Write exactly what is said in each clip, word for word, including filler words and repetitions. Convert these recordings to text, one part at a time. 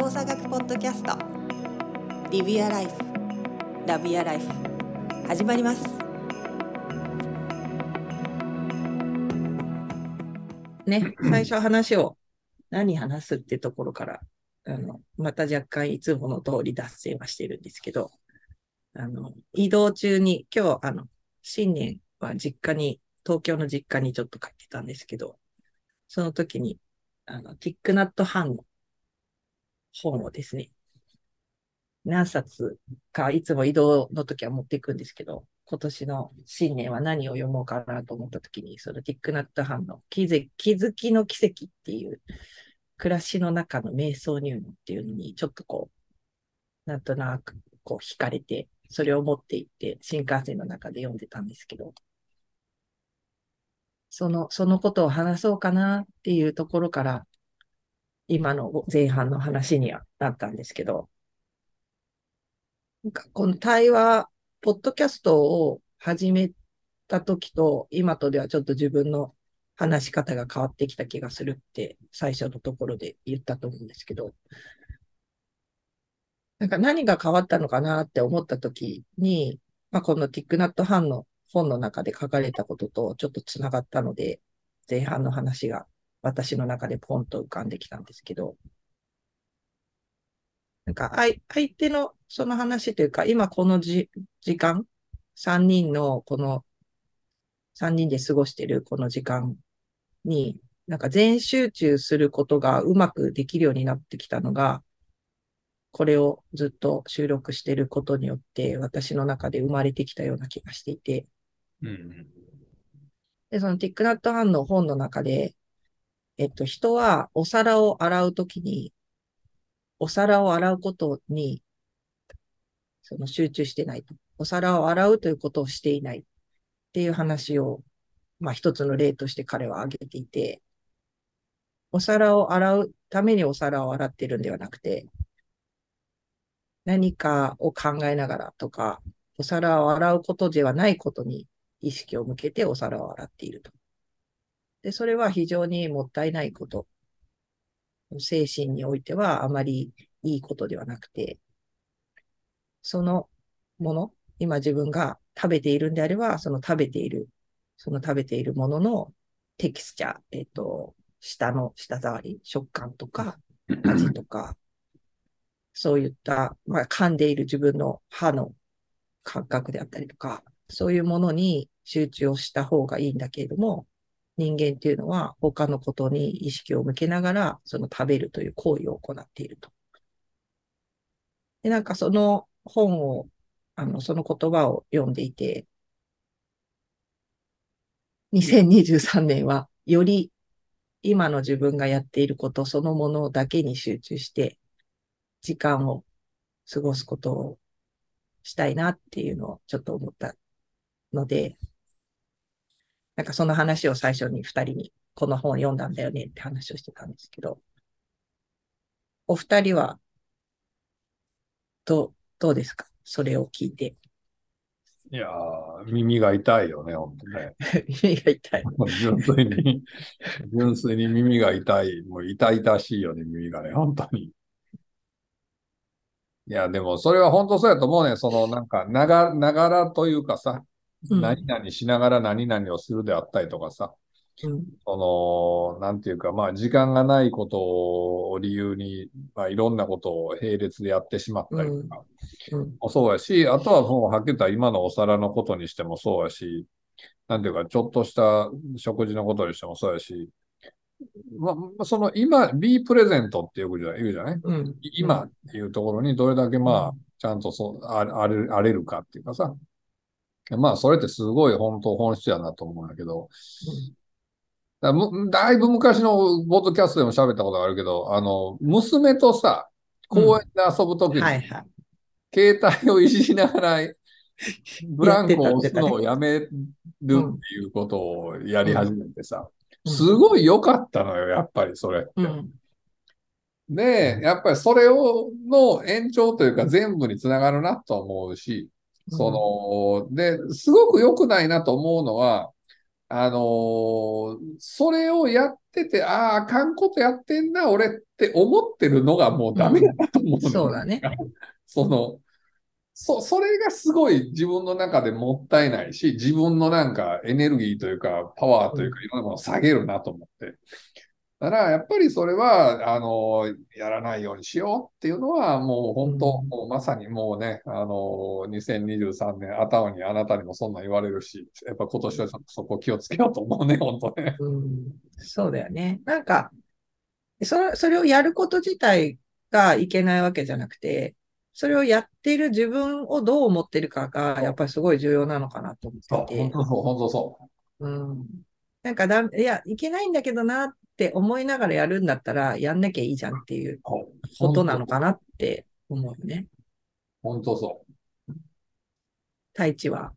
動作学ポッドキャスト Live Your Life Love Your Life 始まります。ね、最初話を何話すってところからあのまた若干いつもの通り脱線はしてるんですけど、あの移動中に今日あの新年は実家に東京の実家にちょっと帰ってたんですけど、その時にあのティックナットハンの本をですね、何冊かいつも移動の時は持っていくんですけど、今年の新年は何を読もうかなと思った時に、そのティックナットハンの気づ気づきの奇跡っていう暮らしの中の瞑想入門っていうのにちょっとこう、なんとなくこう惹かれて、それを持っていって新幹線の中で読んでたんですけど、その、そのことを話そうかなっていうところから、今の前半の話にはなったんですけど、なんかこの対話、ポッドキャストを始めた時と今とではちょっと自分の話し方が変わってきた気がするって最初のところで言ったと思うんですけど、なんか何が変わったのかなって思った時に、まあ、このティックナットハンの本の中で書かれたこととちょっとつながったので、前半の話が私の中でポンと浮かんできたんですけど、なんか相相手のその話というか、今このじ時間、さんにんのこのさんにんで過ごしているこの時間に、なんか全集中することがうまくできるようになってきたのが、これをずっと収録していることによって私の中で生まれてきたような気がしていて、 うん、 で、そのティックナットハンの本の中で、えっと、人はお皿を洗うときに、お皿を洗うことにその集中してないと。お皿を洗うということをしていないっていう話を、まあ一つの例として彼は挙げていて、お皿を洗うためにお皿を洗っているんではなくて、何かを考えながらとか、お皿を洗うことではないことに意識を向けてお皿を洗っていると。で、それは非常にもったいないこと。精神においてはあまりいいことではなくて、そのもの、今自分が食べているんであれば、その食べている、その食べているもののテキスチャー、えっと、舌の舌触り、食感とか味とか、そういった、まあ、噛んでいる自分の歯の感覚であったりとか、そういうものに集中をした方がいいんだけれども、人間っていうのは他のことに意識を向けながら、その食べるという行為を行っていると。で、なんかその本を、あの、その言葉を読んでいて、にせんにじゅうさんねんはより今の自分がやっていることそのものだけに集中して時間を過ごすことをしたいなっていうのをちょっと思ったので、なんかその話を最初に二人にこの本読んだんだよねって話をしてたんですけど、お二人はどう、どうですかそれを聞いて。 いやー、耳が痛いよね、ほんとね。 耳が痛い。 純粋に、純粋に耳が痛い。もう痛々しいよね、耳がね、本当に。いや、でもそれは本当そうやと思うね。そのなんか、なが、ながらというかさ、何うん。 々しながら何々をするであったりとかさ、 うん。 その、なんていうか、まあ、時間がないことを理由に、まあ、いろんなことを並列でやってしまっうん。 たりとか、 うん。 もそうやし、あとはもうはっきり言ったら今のお皿のことにしてもそうやし、なんていうか、ちょっとした食事のことにしてもそうやし、まあ、その今、be present ってよく言うじゃないうん。うん。 今っていうところにどれだけまあ、 うん。 ちゃんとそう、ああれ、あれるかっていうかさ、まあ、それってすごい本当本質やなと思うんだけど、 うん。 だむだいぶ昔のポッドキャストでも喋ったことがあるけど、あの、娘とさ、公園うん。 で遊ぶときに、 はいはい。 携帯をいじりながらブランやってたコを押すのってたね。 をやめるうん。 っていうことをやり始うん。 めてさ、すうん。 ごい良かったのよ、やっぱりそれって。 うん。 で、やっぱりそれを、の延長というか全部につながるなと思うし、 うん。 その、で、すごく良くないなと思うのは、 あのーそれをやってて、ああ、あかんことやってんな、俺って思ってるのがもうダメだうん。 と思うねん。 そうだね。 その、そ、それがすごい自分の中でもったいないし、自分のなんかエネルギーというか、パワーというか、 うん。 いろんなものを下げるなと思って。だから、やっぱりそれは、あの、やらないようにしようっていうのは、もう本当、 うん。 もうまさにもうね、あの、にせんにじゅうさんねん頭にあなたにもそんなん言われるし、やっぱ今年はちょっとそこ気をつけようと思うね、本当ね。 うん。そうだよね。なんか、それ、それをやること自体がいけないわけじゃなくて、それをやっている自分をどう思ってるかが、やっぱりすごい重要なのかなと思ってそう、 いて、 本当そう、本当そうん。なんかだ、いや、いけないんだけどなって思いながらやるんだったら、やんなきゃいいじゃんっていうう。そうこと本当、 なのかなって思うよね。 本当そ太一は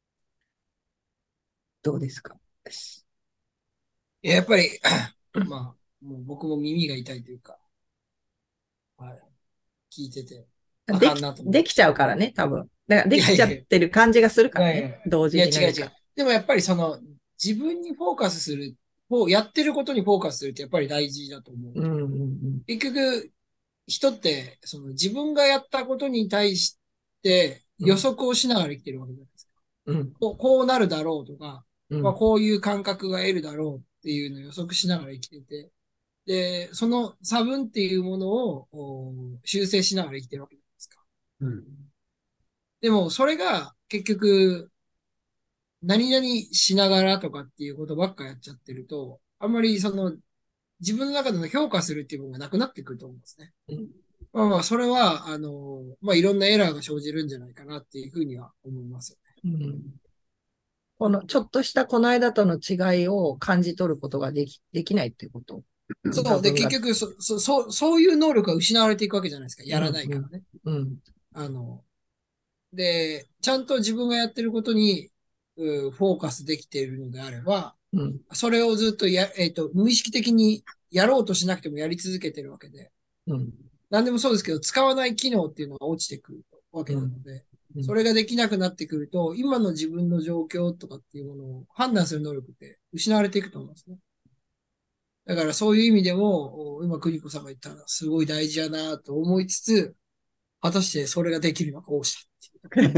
どうですか？ いややっぱり、まあ、もう僕も耳が痛いというか、はい、聞いてて、あかんでき、 なと思って。 できちゃうからね、多分。だからできちゃっいやいやいてる感じがするからね。 やいやいや、 同時いやに何か。 違う違う。でもやっぱりその、自分にフォーカスする、フォーやってることにフォーカスするってやっぱり大事だと思う。 うんうん結局、人って、その自分がやったことに対して予うん。 測をしながら生きてるわけじゃないですか。 うん。 こう、こうなるだろうとか、まあ、 うん。 こういう感覚が得るだろうっていうのを予測しながら生きてて、で、その差分っていうものをお修正しながら生きてるわけじゃないですか。 う。うん。 でも、それが結局、何々しながらとかっていうことばっかやっちゃってると、あんまりその自分の中での評価するっていう部分がなくなってくると思うんですね。 うん。 まあまあ、それは、あの、まあいろんなエラーが生じるんじゃないかなっていうふうには思いますよね。 うん。この、ちょっとしたこの間との違いを感じ取ることができ、できないっていうこと。 そう。で、 差分が。 結局そ、そ、そう、そういう能力が失われていくわけじゃないですか。やらうん。うん。 ないからね。 うん。 あの、で、ちゃんと自分がやってることに、うフォーカスできているのであれば、 うん。 それをずっとや、えっと、無意識的にやろうとしなくてもやり続けてるわけで、 うん。 何でもそうですけど、使わない機能っていうのが落ちてくるわけうん。 なので、 うん。 それができなくなってくると、今の自分の状況とかっていうものを判断する能力って失われていくと思うんですね。だからそういう意味でも、今、邦子さんが言ったのはすごい大事やなと思いつつ、果たしてそれができるのかどうしたっていうところ。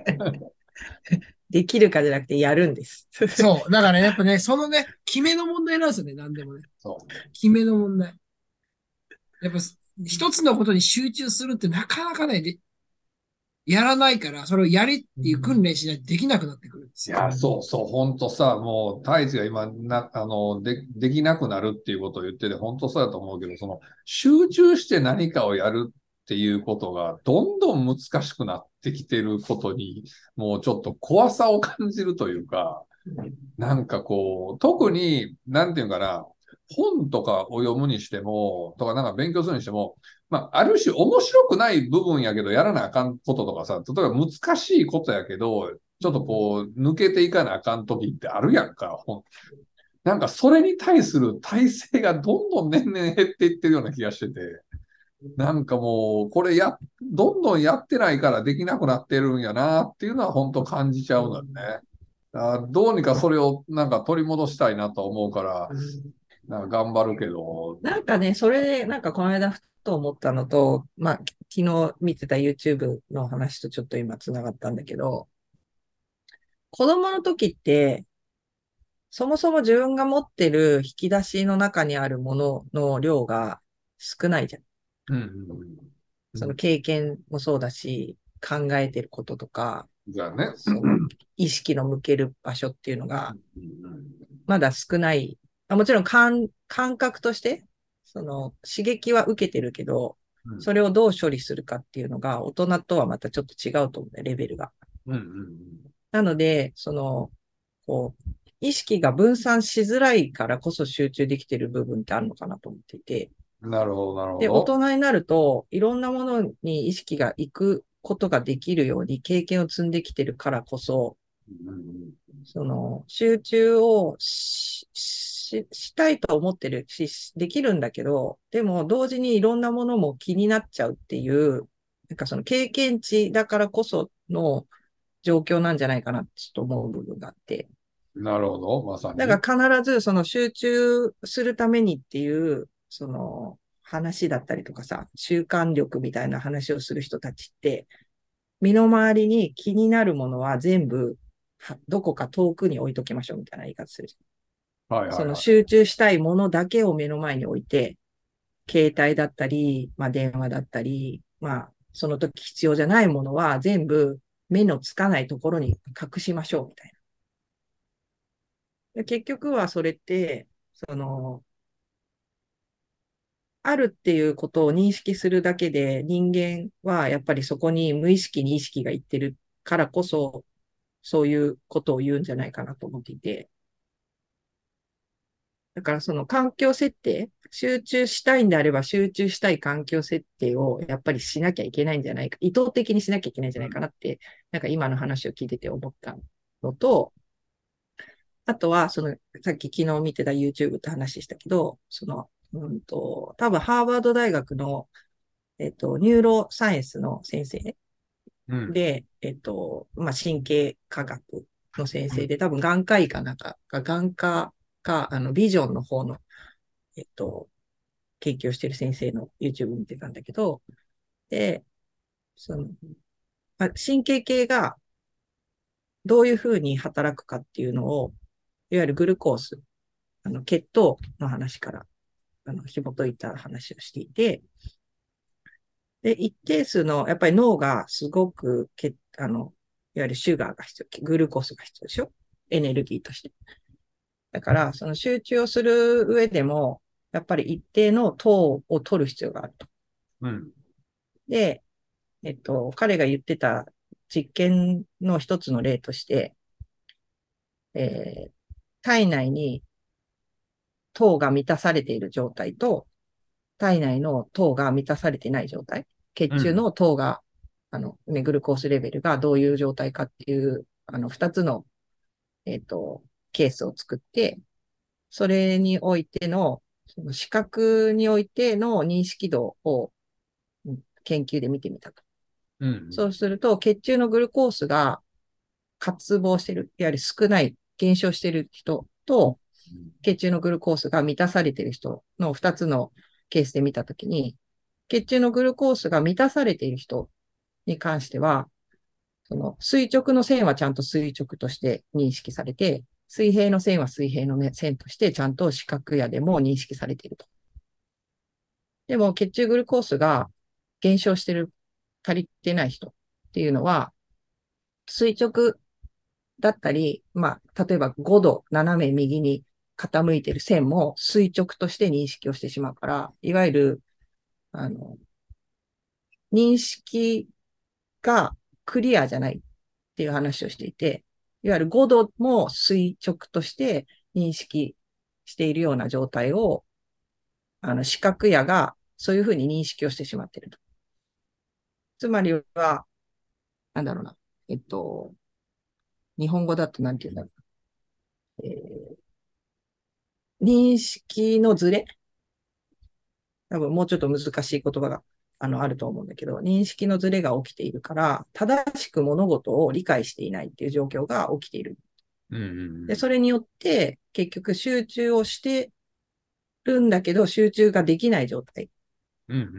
できるかじゃなくてやるんです。 そう。だからね、やっぱね、そのね、決めの問題なんですよね、何でもね。 そ決めの問題。やっぱ、一つのことに集中するってなかなかね、でやらないから、それをやりっていう訓練しないとできなくなってくるんですよ。 う。いや、そうそう、本当さ、もう、大地が今、な、あの、で、できなくなるっていうことを言ってて、本当そうだと思うけど、その、集中して何かをやるっていうことが、どんどん難しくなってきてることに、もうちょっと怖さを感じるというか、なんかこう、特に、なんていうかな、本とかを読むにしても、とかなんか勉強するにしても、まあ、ある種面白くない部分やけど、やらなあかんこととかさ、例えば難しいことやけど、ちょっとこう、抜けていかなあかん時ってあるやんか、本。なんかそれに対する体制がどんどん年々減っていってるような気がしてて、なんかもう、これや、どんどんやってないからできなくなってるんやなっていうのは本当感じちゃうのよね。あ、どうにかそれをなんか取り戻したいなと思うから、なんか頑張るけど、 なんかね、それで、なんかこの間ふと思ったのと、まあ、昨日見てた YouTube の話とちょっと今つながったんだけど、子供の時って、そもそも自分が持ってる引き出しの中にあるものの量が少ないじゃん。 うんうんうん。 その経験もそうだし、考えてることとか、 じゃあね。 その意識の向ける場所っていうのうがんまだ少ない。あ、もちろん感、感覚として、その刺激は受けてるけど、 うんそれをどう処理するかっていうのが大人とはまたちょっと違うと思うね、レベルが。 うんうんなので、その、こう、意識が分散しづらいからこそ集中できてる部分ってあるのかなと思っていて、 うん。なるほど、なるほで、大ど。 人になると、いろんなものに意識が行くことができるように経験を積んできてるからこそ、 うんうんその、集中をし、し、したいと思ってるし、できるんだけど、でも同時にいろんなものも気になっちゃうっていう、なんかその経験値だからこその状況なんじゃないかなってちょっと思う部分があって。 なるほど。まさに。 だから必ずその集中するためにっていう、その話だったりとかさ、習慣力みたいな話をする人たちって、身の回りに気になるものは全部、どこか遠くに置いときましょうみたいな言い方する。そのはいはいはい。 集中したいものだけを目の前に置いて、携帯だったり、まあ電話だったり、まあその時必要じゃないものは全部目のつかないところに隠しましょうみたいな。結局はそれって、その、あるっていうことを認識するだけで人間はやっぱりそこに無意識に意識がいってるからこそ、そういうことを言うんじゃないかなと思っていて。だからその環境設定、集中したいんであれば集中したい環境設定をやっぱりしなきゃいけないんじゃないか、意図的にしなきゃいけないんじゃないかなって、なんか今の話を聞いてて思ったのと、あとは、その、さっき昨日見てた YouTube って話したけど、その、うんと、多分ハーバード大学の、えっと、ニューロサイエンスの先生うん。 で、えっと、まあ、神経科学の先うん。 生で、多分眼科医かなんか、眼科か、あの、ビジョンの方の、えっと、研究をしている先生の YouTube 見てたんだけど、で、その、まあ、神経系がどういうふうに働くかっていうのを、いわゆるグルコース、あの、血糖の話から、あの、紐解いた話をしていて、で、一定数の、やっぱり脳がすごく、けあの、いわゆるシュガーが必要、グルコースが必要でしょ、エネルギーとして。だから、その集中をする上でも、やっぱり一定の糖を取る必要があると。 うん。 で、えっと、彼が言ってた実験の一つの例として、えー体内に糖が満たされている状態と、体内の糖が満たされていない状態、血うん。 中の糖が、あの、ね、グルコースレベルがどういう状態かっていう、あの、二つの、えっと、ケースを作って、それにおいての、その視覚においての認識度を研究で見てみたと。 うん。 そうすると、血中のグルコースが渇望している、いわゆる少ない、減少している人うん。 と、血中のグルコースが満たされている人の二つのケースで見たときに、血中のグルコースが満たされている人に関しては、その垂直の線はちゃんと垂直として認識されて、水平の線は水平の線としてちゃんと視覚野でも認識されていると。でも血中グルコースが減少している、足りてない人っていうのは、垂直だったり、まあ、例えばごど斜め右に傾いている線も垂直として認識をしてしまうから、いわゆる、あの、認識がクリアじゃないっていう話をしていて、いわゆるごども垂直として認識しているような状態を、あの、視覚野がそういうふうに認識をしてしまっていると。つまりは、なんだろうな。えっと、日本語だとなんて言うんだろう。えー認識のズレ、多分もうちょっと難しい言葉があのあると思うんだけど、認識のズレが起きているから、正しく物事を理解していないっていう状況が起きている。 うん。うで、 ん。 それによって結局集中をしてるんだけど、集中ができない状態。 うん。うん。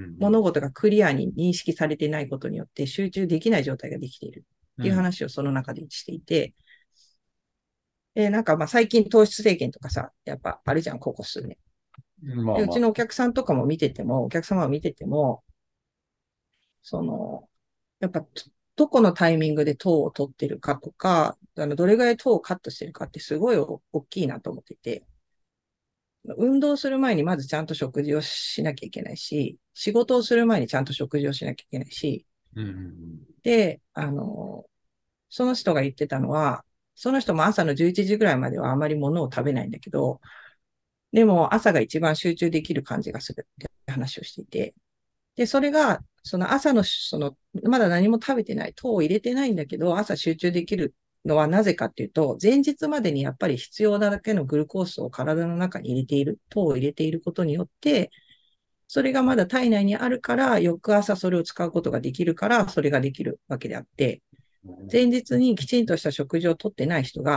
物事がクリアに認識されていないことによって集中できない状態ができているっていううん。 話をその中でしていて、で、なんかまあ最近糖質制限とかさ、やっぱあるじゃん、ここ数年。で、うまあまあ。 ちのお客さんとかも見てても、お客様を見てても、その、やっぱ、どこのタイミングで糖を取ってるかとか、あの、どれぐらい糖をカットしてるかってすごい大きいなと思ってて、運動する前にまずちゃんと食事をしなきゃいけないし、仕事をする前にちゃんと食事をしなきゃいけないし、 うん。 で、あの、その人が言ってたのは、その人も朝のじゅういちじぐらいまではあまり物を食べないんだけど、でも朝が一番集中できる感じがするって話をしていて、で、それが、その朝の、その、まだ何も食べてない、糖を入れてないんだけど、朝集中できるのはなぜかっていうと、前日までにやっぱり必要なだけのグルコースを体の中に入れている、糖を入れていることによって、それがまだ体内にあるから、翌朝それを使うことができるから、それができるわけであって、前日にきちんとした食事をとってない人が、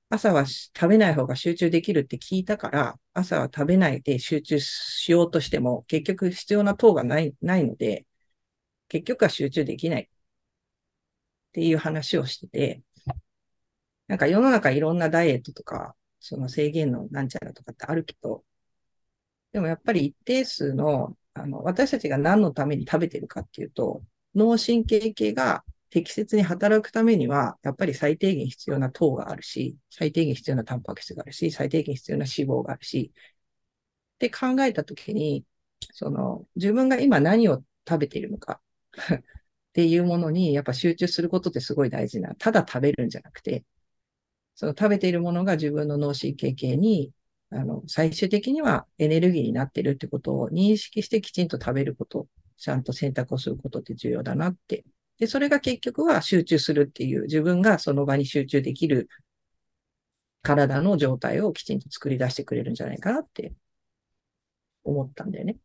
朝は食べない方が集中できるって聞いたから、朝は食べないで集中しようとしても、結局必要な糖がない、ないので、結局は集中できないっていう話をしてて、なんか世の中いろんなダイエットとか、その制限のなんちゃらとかってあるけど、でもやっぱり一定数の、あの、私たちが何のために食べてるかっていうと、脳神経系が適切に働くためには、やっぱり最低限必要な糖があるし、最低限必要なタンパク質があるし、最低限必要な脂肪があるし、って考えたときに、その、自分が今何を食べているのかっていうものに、やっぱ集中することってすごい大事な。ただ食べるんじゃなくて、その食べているものが自分の脳神経系に、あの、最終的にはエネルギーになっているってことを認識してきちんと食べること、ちゃんと選択をすることって重要だなって。で、それが結局は集中するっていう、自分がその場に集中できる体の状態をきちんと作り出してくれるんじゃないかなって思ったんだよね。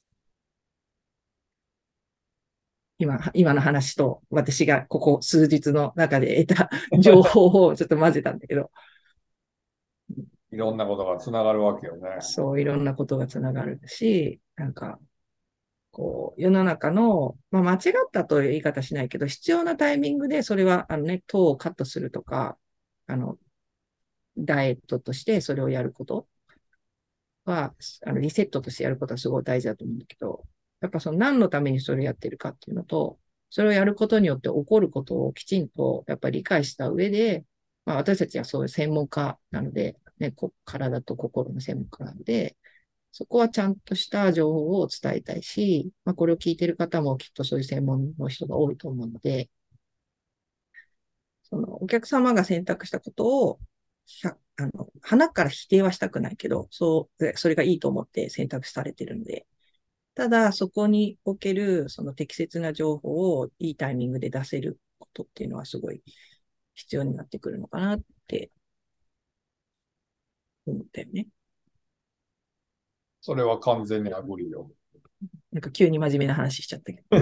今、今の話と私がここ数日の中で得た情報をちょっと混ぜたんだけど、 いろんなことがつながるわけよね。 そういろんなことがつながるし、なんか、こう、世の中の、まあ、間違ったという言い方しないけど、必要なタイミングでそれは、あのね、糖をカットするとか、あの、ダイエットとしてそれをやることは、あの、リセットとしてやることはすごい大事だと思うんだけど、やっぱその何のためにそれをやってるかっていうのと、それをやることによって起こることをきちんとやっぱり理解した上で、まあ私たちはそういう専門家なので、ね、こ体と心の専門家なので、そこはちゃんとした情報を伝えたいし、まあこれを聞いてる方もきっとそういう専門の人が多いと思うので、そのお客様が選択したことを、あの、鼻から否定はしたくないけど、そう、それがいいと思って選択されてるので、ただ、そこにおける、その適切な情報をいいタイミングで出せることっていうのはすごい必要になってくるのかなって思ったよね。 それは完全にアグリよ。 なんか急に真面目な話しちゃったけど。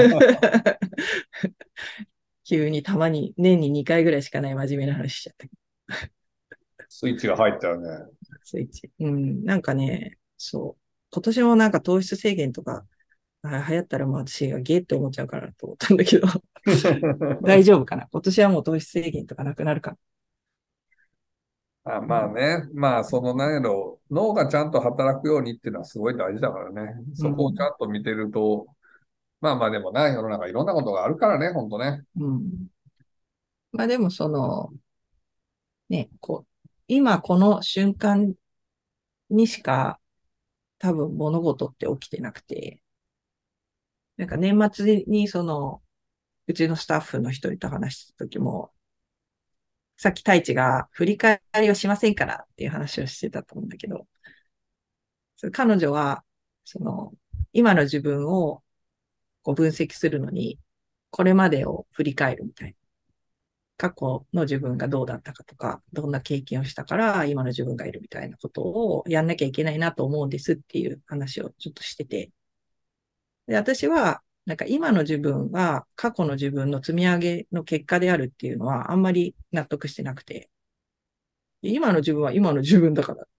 急にたまに年ににかいぐらいしかない真面目な話しちゃったけど。 スイッチが入ったよね。 スイッチ。うん、なんかね、そう。今年もなんか糖質制限とかあ流行ったらもう私がゲーって思っちゃうかなと思ったんだけど、大丈夫かな今年はもう糖質制限とかなくなるかあ、 な。うん。 まあね。まあ、そのなんやろ、脳がちゃんと働くようにっていうのはすごい大事だからね。そこをちゃうん。 んと見てると、まあまあでもな、世の中いろんなことがあるからね、ほんとね。 うん。まあでもその、ね、こう、今この瞬間にしか多分物事って起きてなくて、なんか年末にその、うちのスタッフの一人と話した時も、さっき太一が振り返りをしませんからっていう話をしてたと思うんだけど、彼女は、その、今の自分をこう分析するのに、これまでを振り返るみたいな。過去の自分がどうだったかとか、どんな経験をしたから今の自分がいるみたいなことをやんなきゃいけないなと思うんですっていう話をちょっとしてて。で、私は、なんか今の自分は過去の自分の積み上げの結果であるっていうのはあんまり納得してなくて、今の自分は今の自分だからって、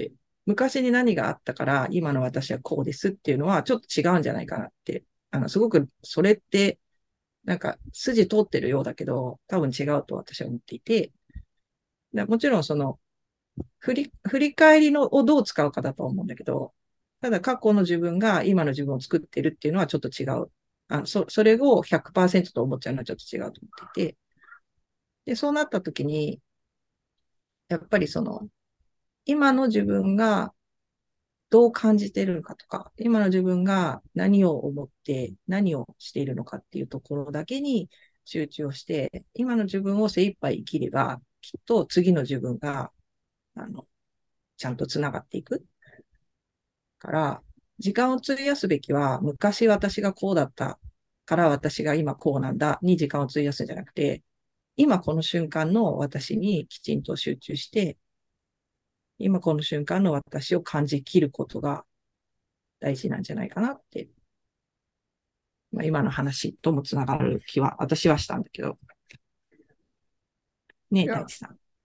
昔に何があったから今の私はこうですっていうのはちょっと違うんじゃないかなって。あの、すごくそれってなんか筋通ってるようだけど、多分違うと私は思っていて、でもちろんその、振り、振り返りのをどう使うかだと思うんだけど、ただ過去の自分が今の自分を作ってるっていうのはちょっと違う。あの、そ、それをひゃくパーセントと思っちゃうのはちょっと違うと思っていて、で、そうなった時に、やっぱりその、今の自分がどう感じているのかとか、今の自分が何を思って何をしているのかっていうところだけに集中をして、今の自分を精一杯生きれば、きっと次の自分が、あの、ちゃんとつながっていくから、時間を費やすべきは、昔私がこうだったから私が今こうなんだに時間を費やすんじゃなくて、今この瞬間の私にきちんと集中して、今この瞬間の私を感じきることが大事なんじゃないかなって、まあ、今の話ともつながる気は、私はしたんだけど。ねえ、 いや、 大地さん。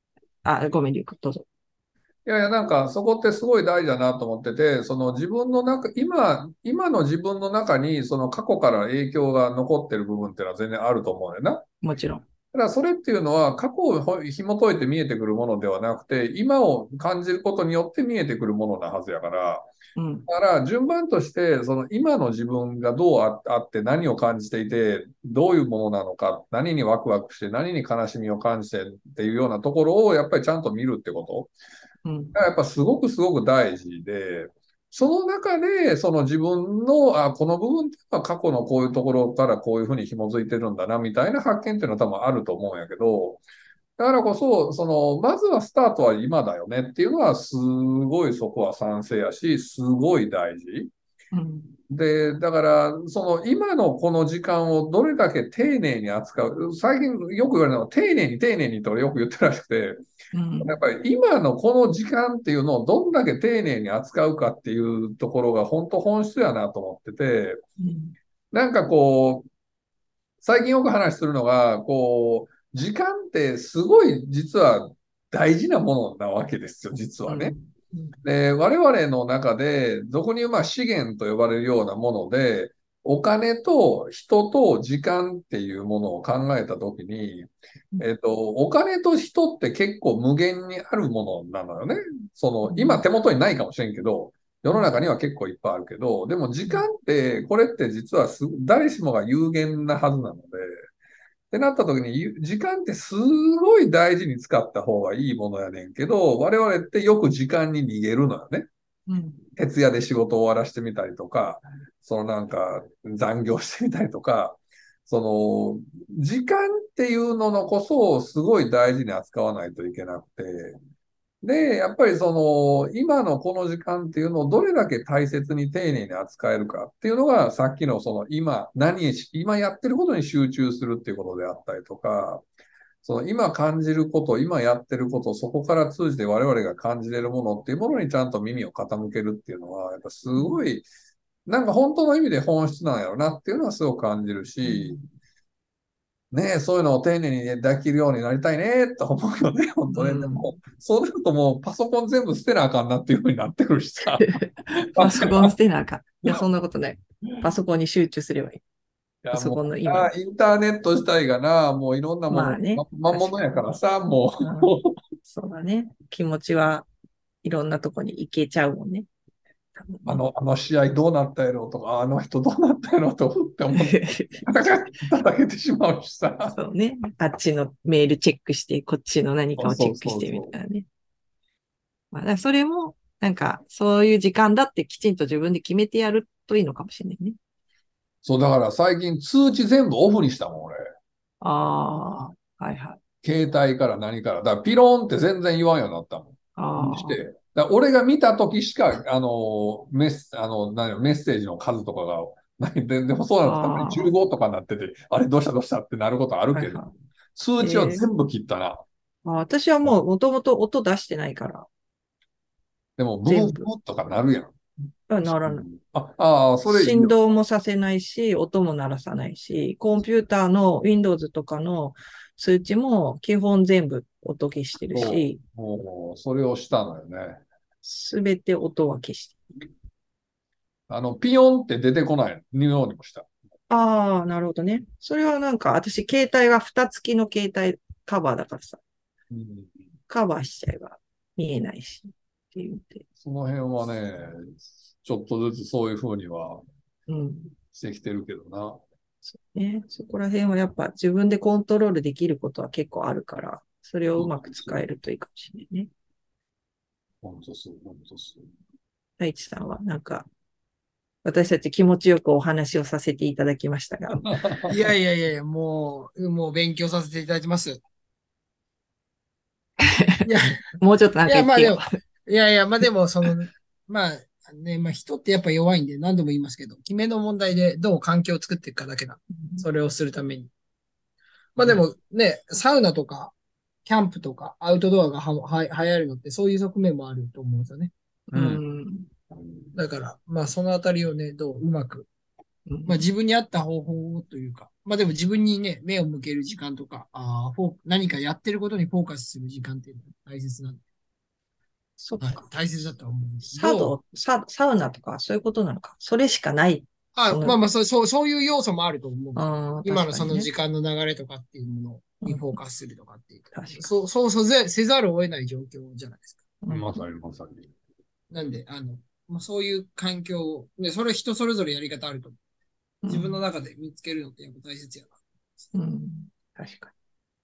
あ、ごめん、リュウ君、どうぞ。 いやいや、なんかそこってすごい大事だなと思ってて、その自分の中、今、今の自分の中にその過去から影響が残ってる部分っていうのは全然あると思うんだよな。 もちろん。 ただそれっていうのは過去をほ紐解いて見えてくるものではなくて、今を感じることによって見えてくるものなはずやから、 うん。 だから順番として、その今の自分がどうああって何を感じていて、どういうものなのか、何にワクワクして、何に悲しみを感じてっていうようなところをやっぱりちゃんと見るってこと。 うん。 やっぱすごくすごく大事で、その中で、その自分の、あ、この部分っていうのは過去のこういうところからこういうふうに紐づいてるんだな、みたいな発見っていうのは多分あると思うんやけど、だからこそ、その、まずはスタートは今だよねっていうのは、すごいそこは賛成やし、すごい大事。 うん。 で、だから、その今のこの時間をどれだけ丁寧に扱う。最近よく言われるのは、丁寧に丁寧にとよく言ってるらしくて、 うん。 やっぱり今のこの時間っていうのをどんだけ丁寧に扱うかっていうところが本当本質やなと思ってて、 うん。 なんかこう、最近よく話するのが、こう、時間ってすごい実は大事なものなわけですよ、実はね。 うん。うん。 で、我々の中で、俗に言うまあ資源と呼ばれるようなもので、お金と人と時間っていうものを考えたときに、えっと、お金と人って結構無限にあるものなのよね。その、今手元にないかもしれんけど、世の中には結構いっぱいあるけど、でも時間って、これって実はす誰しもが有限なはずなので、ってなった時に、ゆ時間ってすごい大事に使った方がいいものやねんけど、我々ってよく時間に逃げるのよね。 うん。 徹夜で仕事を終わらしてみたりとか、そのなんか残業してみたりとか、その時間っていうののこそをすごい大事に扱わないといけなくて、で、やっぱりその今のこの時間っていうのをどれだけ大切に丁寧に扱えるかっていうのがさっきのその今何し、今やってることに集中するっていうことであったりとか、その今感じること、今やってること、そこから通じて我々が感じれるものっていうものにちゃんと耳を傾けるっていうのは、やっぱすごい、なんか本当の意味で本質なんやろなっていうのはすごく感じるし、ねえ、そういうのを丁寧にできるようになりたいねと思うよね、本当うね。でん。 も、そうなるともうパソコン全部捨てなあかんなっていうふうになってくるしさ。 パソコン捨てなあかん。いや、そんなことない。パソコンに集中すればいい。 いや、 パソもうコンの今の。 な、インターネット自体がな、もういろんなもの、 まあね。 ま、魔物確かやからさ、もに。うん。そうだね。気持ちはいろんなとこに行けちゃうもんね。多分う、あね。 の、あの試合どうなったやろうとか、あの人どうなったやろうと思って思って、ガチャガチャ叩けてしまうしさ。 そうね。あっちのメールチェックして、こっちの何かをチそうそうェックしてみそうそう。 たいなね。まあ、だからそれも、なんか、そういう時間だってきちんと自分で決めてやるといいのかもしれないね。 そう、だから最近通知全部オフにしたもん、俺。 ああ、はいはい。 携帯から何から。だからピローンって全然言わんようになったもん。しああ、 て。だから俺が見た時しか、あの、メス、あの、何よメッセージの数とかが、ないで、でもそうなるとたまにああ、 じゅうごとかになってて、あれどうしたどうしたってなることあるけど、 はいは通い。 知はえー、 全部切ったな。 あ、私はもうもともと音出してないから、 でも、ブブブ全部。 ブとかなるやん。 あ、ならない。 あ、ああ、それいいよ。 振動もさせないし、音も鳴らさないし、コンピューターの Windows とかの通知も基本全部音消してるそし、 う。もう、それをしたのよね。 すべて音は消して。 あの、ピヨンって出てこないようにもした。 ああ、なるほどね。それはなんか、私、携帯が蓋付きの携帯カバーだからさ、 うん、 カバーしちゃえば見えないし、っていうて。 その辺はね、ちょっとずつそういうふうにはうん。 してきてるけどな。 そうね。そこら辺はやっぱ自分でコントロールできることは結構あるから、それをそううまく使えるといいかもしれないね。 本当そう、本当そう。 大地さんはなんか、私たち気持ちよくお話をさせていただきましたが。 いやいやいやいや、もう、もう勉強させていただきます。いや、 もうちょっとなんいや、 か言ってよ。 まあでも、いやいや、まあでも、その、まあ、ね、まあ人ってやっぱ弱いんで何度も言いますけど、決めの問題でどう環境を作っていくかだけだ。それをするために。まあでもね、サウナとか、キャンプとか、アウトドアがは、は、流行るのってそういう側面もあると思うんですよね。 ううん。 ん。 だから、まあそのあたりをね、どううまく、まあ自分に合った方法をというか、 まあでも自分にね、目を向ける時間とか、あフォー何かやってることにフォーカスする時間っていうのは大切なんで、はい、 そっか。 大切だとは思うんですけサど、 ド、サ、サウナとかそういうことなのか。それしかない。 あ、 その、 まあまあそう、そう、そういう要素もあると思うんですよ。 ああ、 今の確かにね。 その時間の流れとかっていうものうん、 にフォーカスするとかっていう。 確かに。 そう、そうそうぜせざるを得ない状況じゃないですか。 うんまさにまさに。 なんで、あの、まあ、そういう環境を、ね、それ人それぞれやり方あると思う。自分の中で見つけるのってやっぱ大切やな。 うん、確かに。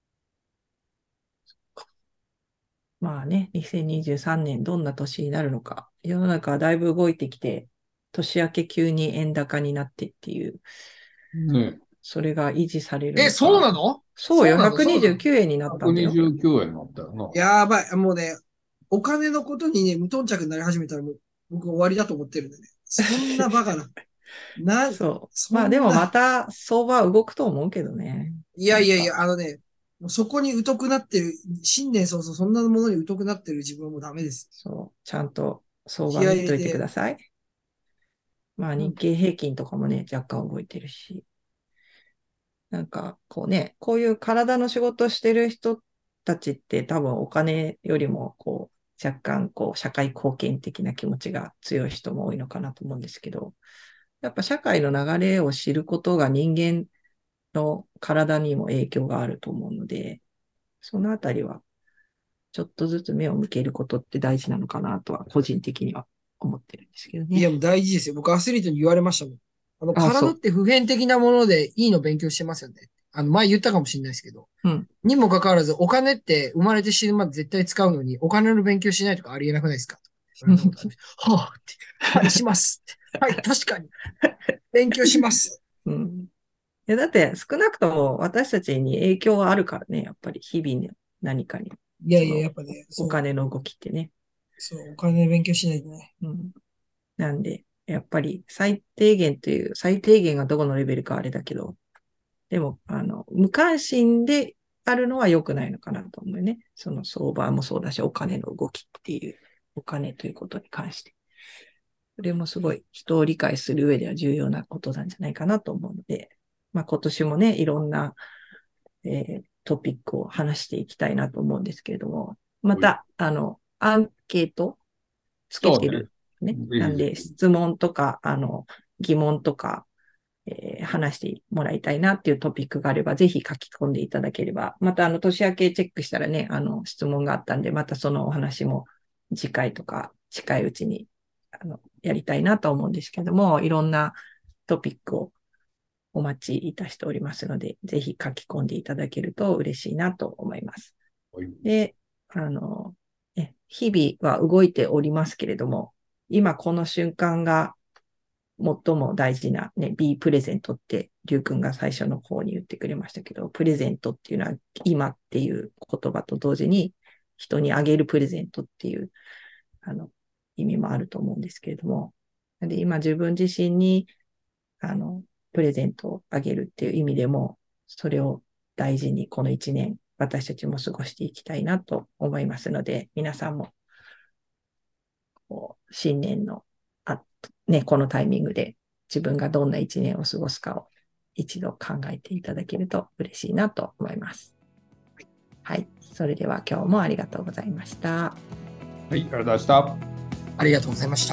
まあね、にせんにじゅうさんねんどんな年になるのか。世の中はだいぶ動いてきて、年明け急に円高になってっていう、 ね。 それが維持されるえ、 のか。 そうなのそうよ、 そうなのそうなのひゃくにじゅうきゅうえんになったんだよ。 ひゃくにじゅうきゅうえんになったよな。 やばい。もうね、お金のことにね、無頓着になり始めたらもう僕終わりだと思ってるんでね。そんなバカな。な、 そう。 そまあでもまんな。 た相場は動くと思うけどね。 いやいやいや、あのね、もうそこに疎くなってる、新年早々そんなものに疎くなってる自分はもうダメです。 そう。ちゃんと相場気合い見といてく入れて、 ださい。まあ日うん、 経平均とかもね、若干動いてるし。なんか、こうね、こういう体の仕事してる人たちって多分お金よりも、こう、若干、こう、社会貢献的な気持ちが強い人も多いのかなと思うんですけど、やっぱ社会の流れを知ることが人間の体にも影響があると思うので、そのあたりは、ちょっとずつ目を向けることって大事なのかなとは、個人的には思ってるんですけどいや、もね。 う大事ですよ。僕アスリートに言われましたもん。あの、 あ、そ体って普遍的なものでいいの勉強してますよね。あの、前言ったかもしれないですけど。 う。うん。 にもかかわらず、お金って生まれて死ぬまで絶対使うのに、お金の勉強しないとかありえなくないですか言われたことありますはあって。はい、しますって。はい、確かに。勉強します。 うん。いや、だって少なくとも私たちに影響はあるからね、やっぱり日々ね、何かに、 いやいや、 そのやっぱね、 おそう、 金の動きってね。 そう、お金で勉強しないとね。 うん。なんで、やっぱり最低限という、最低限がどこのレベルかあれだけど、でも、あの、無関心であるのは良くないのかなと思うね。その相場もそうだし、お金の動きっていう、お金ということに関して。それもすごい人を理解する上では重要なことなんじゃないかなと思うので、まあ今年もね、いろんな、えートピックを話していきたいなと思うんですけれども、また、あの、アンケートつけそうね。 てるね。 ぜひぜなんで、質問とか、あの、疑問とか、えー話してもらいたいなっていうトピックがあれば、ぜひ書き込んでいただければ、またあの年明けチェックしたらね、あの質問があったんで、またそのお話も次回とか近いうちにあのやりたいなと思うんですけども、いろんなトピックをお待ちいたしておりますので、ぜひ書き込んでいただけると嬉しいなと思います。 ひ。 で、あの、ね、日々は動いておりますけれども、今この瞬間が最も大事なね、B プレゼントって、りゅうくんが最初の方に言ってくれましたけど、プレゼントっていうのは今っていう言葉と同時に人にあげるプレゼントっていうあの意味もあると思うんですけれども、で今自分自身にあのプレゼントをあげるっていう意味でも、それを大事にこのいちねん私たちも過ごしていきたいなと思いますので、皆さんもこう新年のあ、ね、このタイミングで自分がどんな一年を過ごすかを一度考えていただけると嬉しいなと思います。はい。それでは今日もありがとうございました。 はい、ありがとうございました。 ありがとうございました。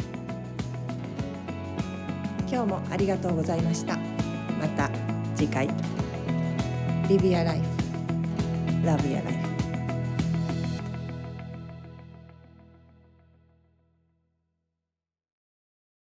今日もありがとうございました。また次回。Live your life. Love your life.